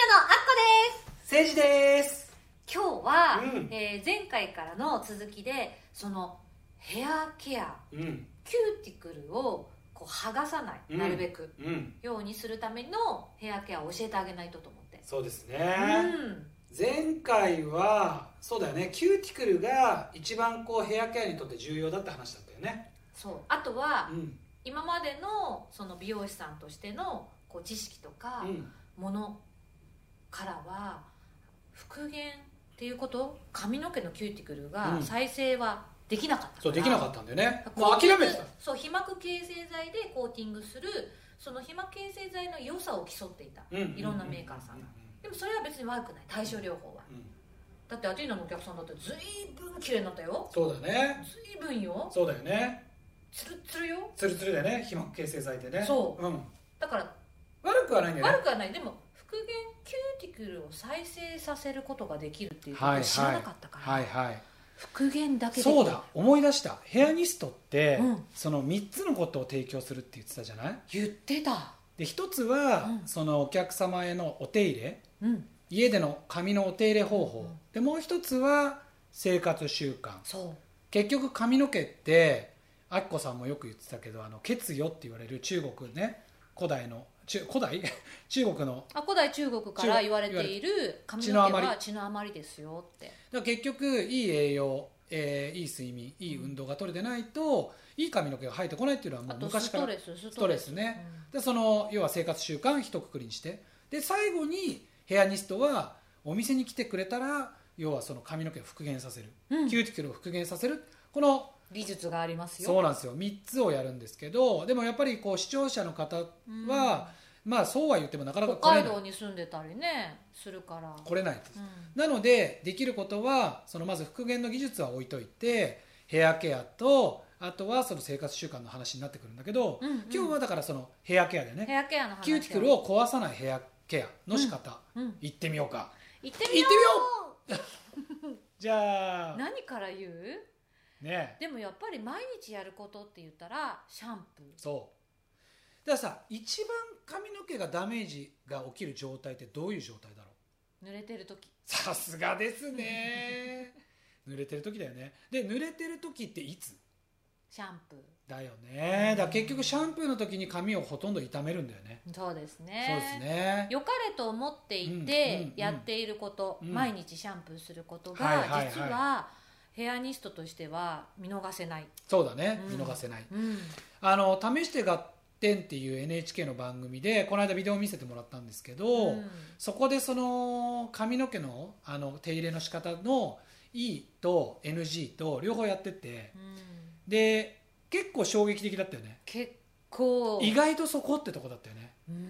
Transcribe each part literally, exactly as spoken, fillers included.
のあっこです。 せいじです。 今日は、 うんえー、前回からの続きでそのヘアケア、 うん、 キューティクルをこう剥がさない、 うん、 なるべく、 うん、 ようにするためのヘアケアを教えてあげないとと思って。 そうですね、 うん、 前回はそうだよね、キューティクルが一番こうヘアケアにとって重要だって話だったよね。 そう、あとは、 うん、 今までのその美容師さんとしてのこう知識とか、 うん、 ものからは復元っていうこと、髪の毛のキューティクルが再生はできなかったから、 そうできなかったんだよね。もう諦めてた。 そう、皮膜形成剤でコーティングする、その皮膜形成剤の良さを競っていた、 うん、 いろんなメーカーさんが、でもそれは別に悪くない、対症療法は、 うん、 だってアティーナのお客さんだって随分綺麗になったよ。 そうだね、 随分よ。 そうだよね、 ツルッツルよ。 ツルツルだよね、皮膜形成剤でね。 そう、 うん、 だから悪くはないんだよね。 悪くはない。でも復元キューティクルを再生させることができるっていうことを知らなかったから、 はいはいはいはい、 復元だけでそうだ、思い出した。ヘアニストって、 うん、 そのみっつのことを提供するって言ってたじゃない。 言ってた。 でひとつは、 うん、 そのお客様へのお手入れ、 うん、 家での髪のお手入れ方法、うん、でもう一つは生活習慣。 そう、 結局髪の毛ってあっこさんもよく言ってたけど、あの血よって言われる中国ね、古代の中古代中国のあ古代中国から言われている髪の毛は血の余りですよって。だから結局いい栄養、えー、いい睡眠、いい運動が取れてないと、うん、いい髪の毛が生えてこないっていうのはもう昔から。 あとストレスストレスね、うん、でその要は生活習慣一括りにして、で最後にヘアニストはお店に来てくれたら、要はその髪の毛を復元させる、うん、キューティクルを復元させる、この技術がありますよ。 そうなんですよ、みっつをやるんですけど、でもやっぱりこう視聴者の方は、うん、まあそうは言ってもなかなか来れない、 北海道に住んでたりねするから来れないです、 うん、 なのでできることは、そのまず復元の技術は置いといて、ヘアケアとあとはその生活習慣の話になってくるんだけど、うんうん、今日はだからそのヘアケアでね、 ヘアケアの話、 キューティクルを壊さないヘアケアの仕方、うんうん、行ってみようか。 行ってみよう行ってみようじゃあ何から言うね。 でもやっぱり毎日やることって言ったらシャンプー。 そうだからさ、一番髪の毛がダメージが起きる状態ってどういう状態だろう。濡れてる時。 さすがですね濡れてる時だよね。で濡れてる時っていつ？ シャンプーだよね。だから結局シャンプーの時に髪をほとんど傷めるんだよね。 そうですね。 そうですね。 良かれと思っていてやっていること、うんうんうん、毎日シャンプーすることが実はヘアニストとしては見逃せない。 そうだね、うん、見逃せない、うん、あの試して合点っていう エヌエイチケー の番組でこの間ビデオを見せてもらったんですけど、うん、そこでその髪の毛 の, あの手入れの仕方の E と エヌジー と両方やってて、うん、で結構衝撃的だったよね。 結構意外とそこってとこだったよね。 うん、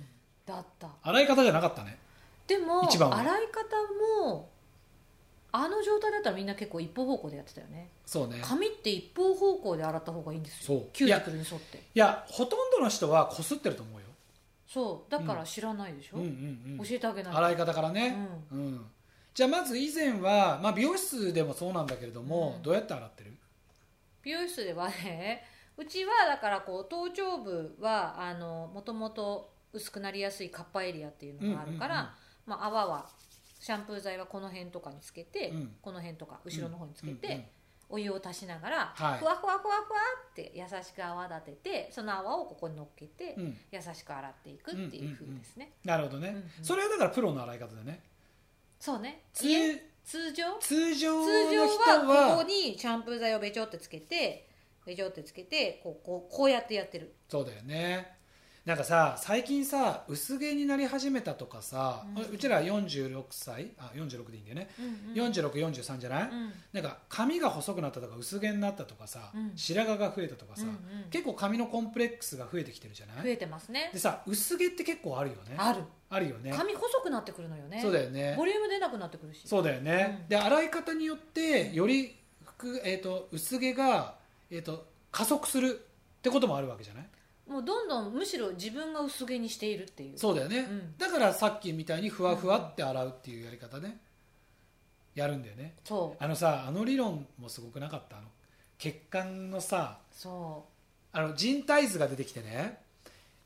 だった。 洗い方じゃなかったね。 でも一番洗い方もあの状態だったらみんな結構一方方向でやってたよね。 そうね。 髪って一方方向で洗った方がいいんですよ。そう。キューティクルに沿って。いやほとんどの人はこすってると思うよ。 そうだから知らないでしょ、うんうんうん、教えてあげない。 洗い方からね、うんうん、じゃあまず以前は、まあ、美容室でもそうなんだけれども、うん、どうやって洗ってる？ 美容室ではね、うちはだからこう頭頂部はあのもともと薄くなりやすいカッパエリアっていうのがあるから、うんうんうん、まあ、泡はシャンプー剤はこの辺とかにつけて、うん、この辺とか後ろの方につけて、うんうんうん、お湯を足しながら、はい、ふわふわふわふわって優しく泡立てて、その泡をここに乗っけて、うん、優しく洗っていくっていう風ですね、 うんうんうん、なるほどね、うんうん、それはだからプロの洗い方だね。 そうね。 通通常通常の人はここにシャンプー剤をべちょってつけてべちょってつけてこう、こう、こうやってやってる。 そうだよね。なんかさ、最近さ薄毛になり始めたとかさ、うん、うちらよんじゅうろくさい、あよんじゅうろくでいいんだよね、うんうん、よんじゅうろく、よんじゅうさんじゃない、うん、なんか髪が細くなったとか薄毛になったとかさ、うん、白髪が増えたとかさ、うんうん、結構髪のコンプレックスが増えてきてるじゃない。 増えてますね。 でさ、薄毛って結構あるよね。 あるあるよね。 髪細くなってくるのよね。 そうだよね。 ボリューム出なくなってくるし。 そうだよね、うん、で洗い方によってより、えー、と薄毛が、えー、と加速するってこともあるわけじゃない。 もうどんどんむしろ自分が薄毛にしているっていう。 そうだよね、うん、だからさっきみたいにふわふわって洗うっていうやり方ね、やるんだよね。 そうあのさ、あの理論もすごくなかった？あの血管のさ、 そうあの人体図が出てきてね、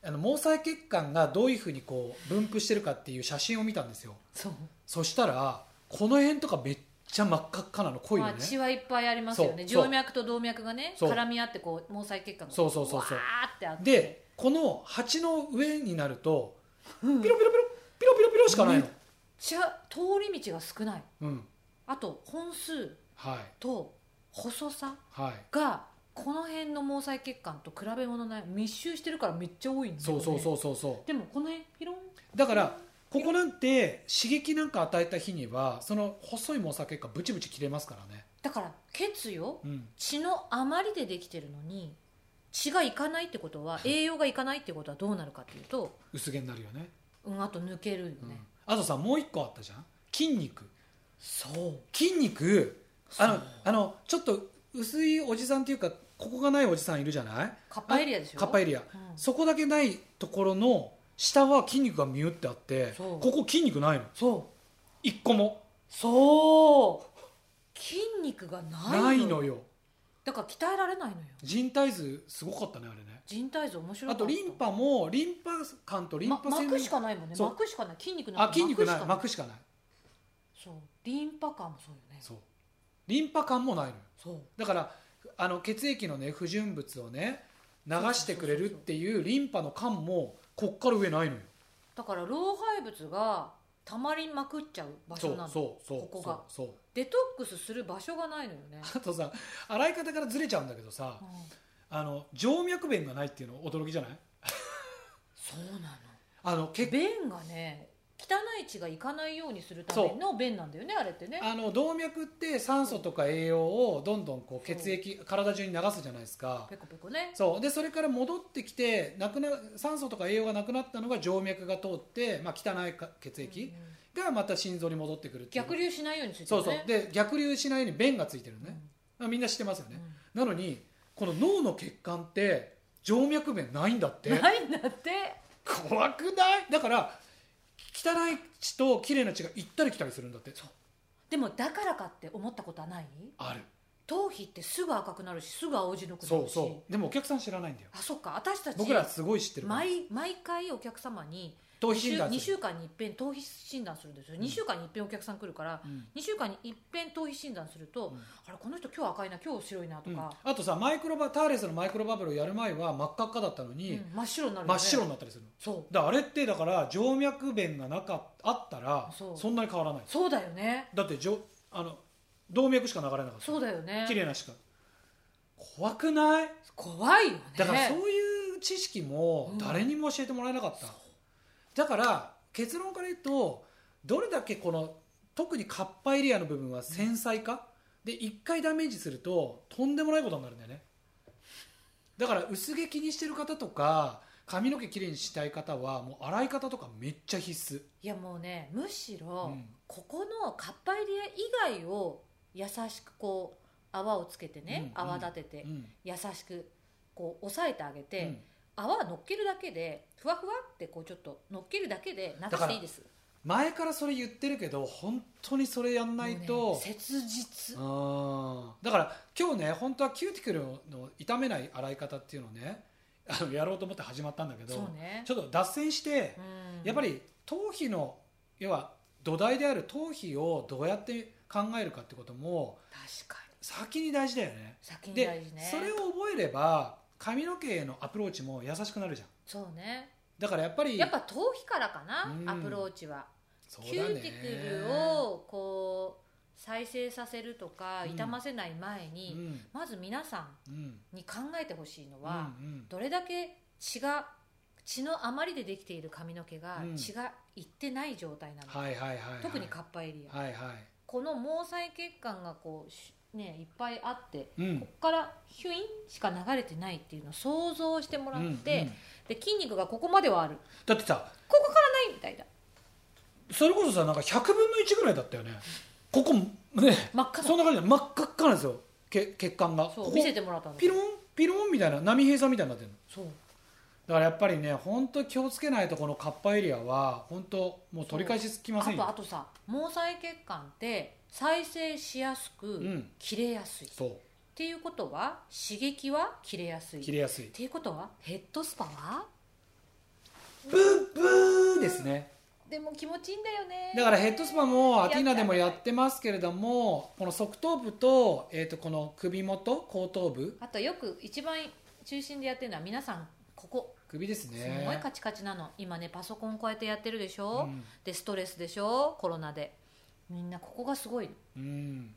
あの毛細血管がどういうふうにこう分布してるかっていう写真を見たんですよ。 そうそしたらこの辺とかめっちゃ真っ赤っかなの、濃いのね、 まあ、血はいっぱいありますよね。 そう静脈と動脈がねそう絡み合ってこう毛細血管がそうそうそうそうわーってあって、 でこの鉢の上になるとうんピロピロピロピロピロピロしかないの、 じゃ通り道が少ない。 うんあと本数はいと細さはいがこの辺の毛細血管と比べ物ない、密集してるからめっちゃ多いんだよね。 そうそうそうそうそでもこの辺ピロンうだからここなんて刺激なんか与えた日にはその細い毛細血管ブチブチ切れますからね。 だから血よ、 うん血の余りでできてるのに血がいかないってことは栄養がいかないってことはどうなるかっていうと、 薄毛になるよね、 うん、あと抜けるよね、 うん、あとさもう一個あったじゃん、筋肉。 そう筋肉あのそうあのちょっと薄いおじさんっていうかここがないおじさんいるじゃない、 カッパエリアでしょ。 カッパエリア、 うんそこだけないところの下は筋肉がミュってあってそうここ筋肉ないのそう一個もそう筋肉がないのないのよ。 だから鍛えられないのよ。 人体図すごかったねあれね。 人体図面白かった。 あとリンパもリンパ管とリンパま、 腺膜しかないもんね。 そう膜しかない。筋肉なんあか筋肉ない膜しかない。 膜しかない。 そうリンパ管もそうよね。 そうリンパ管もないのよ。 そうだからあの血液のね不純物をね流してくれるっていうリンパの管もこっから上ないのよ。 だから老廃物がたまりまくっちゃう場所なの。 そうそうそうここがそうそうデトックスする場所がないのよね。 あとさ洗い方からずれちゃうんだけどさ、 うんあの静脈弁がないっていうの驚きじゃない？ そうなの。 あの血便がね汚い血がいかないようにするための便なんだよね、あれってね。 あの動脈って酸素とか栄養をどんどんこう血液体中に流すじゃないですか。 ペコペコね。 そうでそれから戻ってきてなくな酸素とか栄養がなくなったのが静脈が通って、まあ、汚いか血液がまた心臓に戻ってくるっていう。 逆流しないようについてそうるね。 そうで逆流しないように弁がついてるね、まあみんな知ってますよね、なのにこの脳の血管って静脈弁ないんだって。 ないんだって。 怖くない？だから汚い血と綺麗な血が行ったり来たりするんだって。そうでもだからかって思ったことはない？ ある。 頭皮ってすぐ赤くなるしすぐ青白くなるし。 そうそうでもお客さん知らないんだよ。 あ、そっか。私たち僕らすごい知ってるから。 毎毎回お客様に頭皮診断するにしゅうかんに一遍頭皮診断するんですよ、うん、にしゅうかんに一遍お客さん来るから、うん、にしゅうかんに一遍頭皮診断すると、うん、あれこの人今日赤いな今日白いなとか、 うん、あとさマイクロバターレスのマイクロバブルをやる前は真っ赤っかだったのに、 うん、真っ白になる、 ね、真っ白になったりする。そうだあれってだから静脈弁がなかあったら そ, そんなに変わらない。 そうだよね。 だってじょあの動脈しか流れなかった。 そうだよね。 綺麗なしか。怖くない？ 怖いよね。 だからそういう知識も誰にも教えてもらえなかった、うん、だから結論から言うとどれだけこの特にカッパエリアの部分は繊細か、うん、でいっかいダメージするととんでもないことになるんだよね。だから薄毛気にしてる方とか髪の毛きれいにしたい方はもう洗い方とかめっちゃ必須。 いやもうねむしろ、 うん、 ここのカッパエリア以外を優しくこう泡をつけてね、うん、泡立てて、うん、優しくこう押さえてあげて、うん、泡乗っけるだけでふわふわってこうちょっと乗っけるだけで流していいです。 前からそれ言ってるけど本当にそれやんないと、 ね、切実。 あだから今日ね本当はキューティクルの傷めない洗い方っていうのをねあのやろうと思って始まったんだけど、 ね、 ちょっと脱線して、うん、やっぱり頭皮の要は土台である頭皮をどうやって考えるかってことも確かに先に大事だよね。 先に大事ね。 でそれを覚えれば髪の毛へのアプローチも優しくなるじゃん。 そうね。 だからやっぱりやっぱ頭皮からかな、うん、アプローチは。 そうだね、 キューティクルをこう再生させるとか、うん、傷ませない前に、うん、まず皆さんに考えてほしいのは、うんうん、どれだけ血が血の余りでできている髪の毛が、うん、血がいってない状態なの、 はいはいはいはい、 特にカッパエリア、 はいはい、この毛細血管がこう、ね、いっぱいあって、うん、ここからヒュインしか流れてないっていうのを想像してもらって、うんうん、で筋肉がここまではある。 だってさここからないみたいな。 それこそさなんかひゃくぶんのいちぐらいだったよね。ここね真っ赤だ。 そんな感じで真っ赤っかなんですよ血管が。 そうここ見せてもらったの。 ピロンピロンみたいな波平さんみたいになってるの。 そうだからやっぱりね本当気をつけないとこのカッパエリアは本当もう取り返しつきませんよ。 あとあとさ毛細血管って再生しやすく、うん、切れやすい。 そうっていうことは刺激は切れやすい。 切れやすい。 っていうことはヘッドスパはブーブーですね。 でも気持ちいいんだよね。 だからヘッドスパもアティーナでもやってますけれども、この側頭部と、えー、とこの首元後頭部、 あとよく一番中心でやってるのは皆さんここ首ですね。 すごいカチカチなの。今ねパソコンこうやってやってるでしょ、 うん、 でストレスでしょ、コロナで。みんなここがすごい、 うん、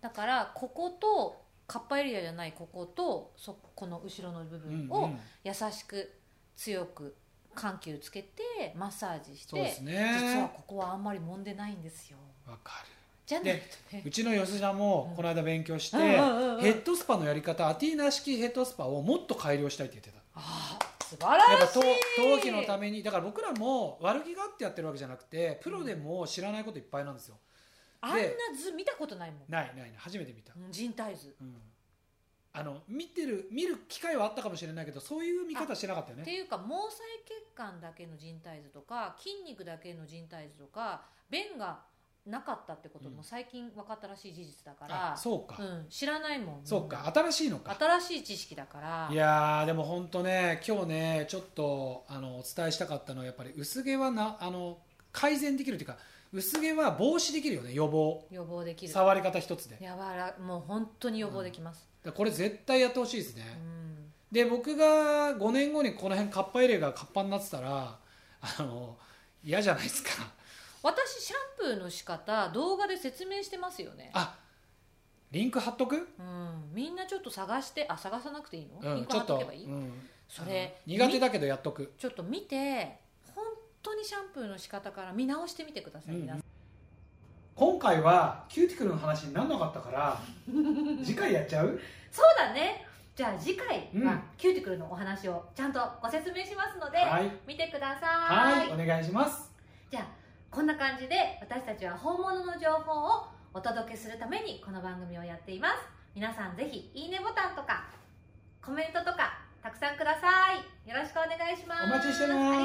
だからこことカッパエリアじゃないこことそこの後ろの部分を優しく強く緩急つけてマッサージして、 そうですね、 実はここはあんまり揉んでないんですよ。 わかる。 じゃないとね。 うちの吉田もこの間勉強して、 うんうんうんうん、 ヘッドスパのやり方、アティーナ式ヘッドスパをもっと改良したいって言ってた。 ああ素晴らしい。 やっぱ頭皮のために、だから僕らも悪気があってやってるわけじゃなくて、プロでも知らないこといっぱいなんですよ。 あんな図見たことないもん。 ないないない、初めて見た、 うん、人体図、 うん、あの見てる見る機会はあったかもしれないけど、そういう見方してなかったよね。 っていうか毛細血管だけの人体図とか筋肉だけの人体図とか便がなかったってことも最近分かったらしい事実だから、 うん、あそうか、 うん、知らないもん。 そうか、新しいのか。 新しい知識だから。 いやーでも本当ね、今日ねちょっとあのお伝えしたかったのは、やっぱり薄毛はなあの改善できるというか、薄毛は防止できるよね。予防予防できる。 触り方一つでやわらもう本当に予防できます、 うん、これ絶対やってほしいですね、 うん、 で僕がごねんごにこの辺カッパエリアがカッパになってたらあの嫌じゃないですか。 私シャンプーの仕方動画で説明してますよね。 あ、リンク貼っとく、 うん、みんなちょっと探して、あ探さなくていいの、 うん、 リンク貼っとけばいい、 うん、 それ苦手だけどやっとく。 ちょっと見て本当にシャンプーの仕方から見直してみてください、うん、皆さん。 今回はキューティクルの話にならなかったから次回やっちゃう？ そうだね。じゃあ次回はキューティクルのお話をちゃんとご説明しますので、はい、見てください。 はい、お願いします。 じゃあこんな感じで私たちは本物の情報をお届けするためにこの番組をやっています。皆さんぜひいいねボタンとかコメントとかたくさんください。よろしくお願いします。 お待ちしてます。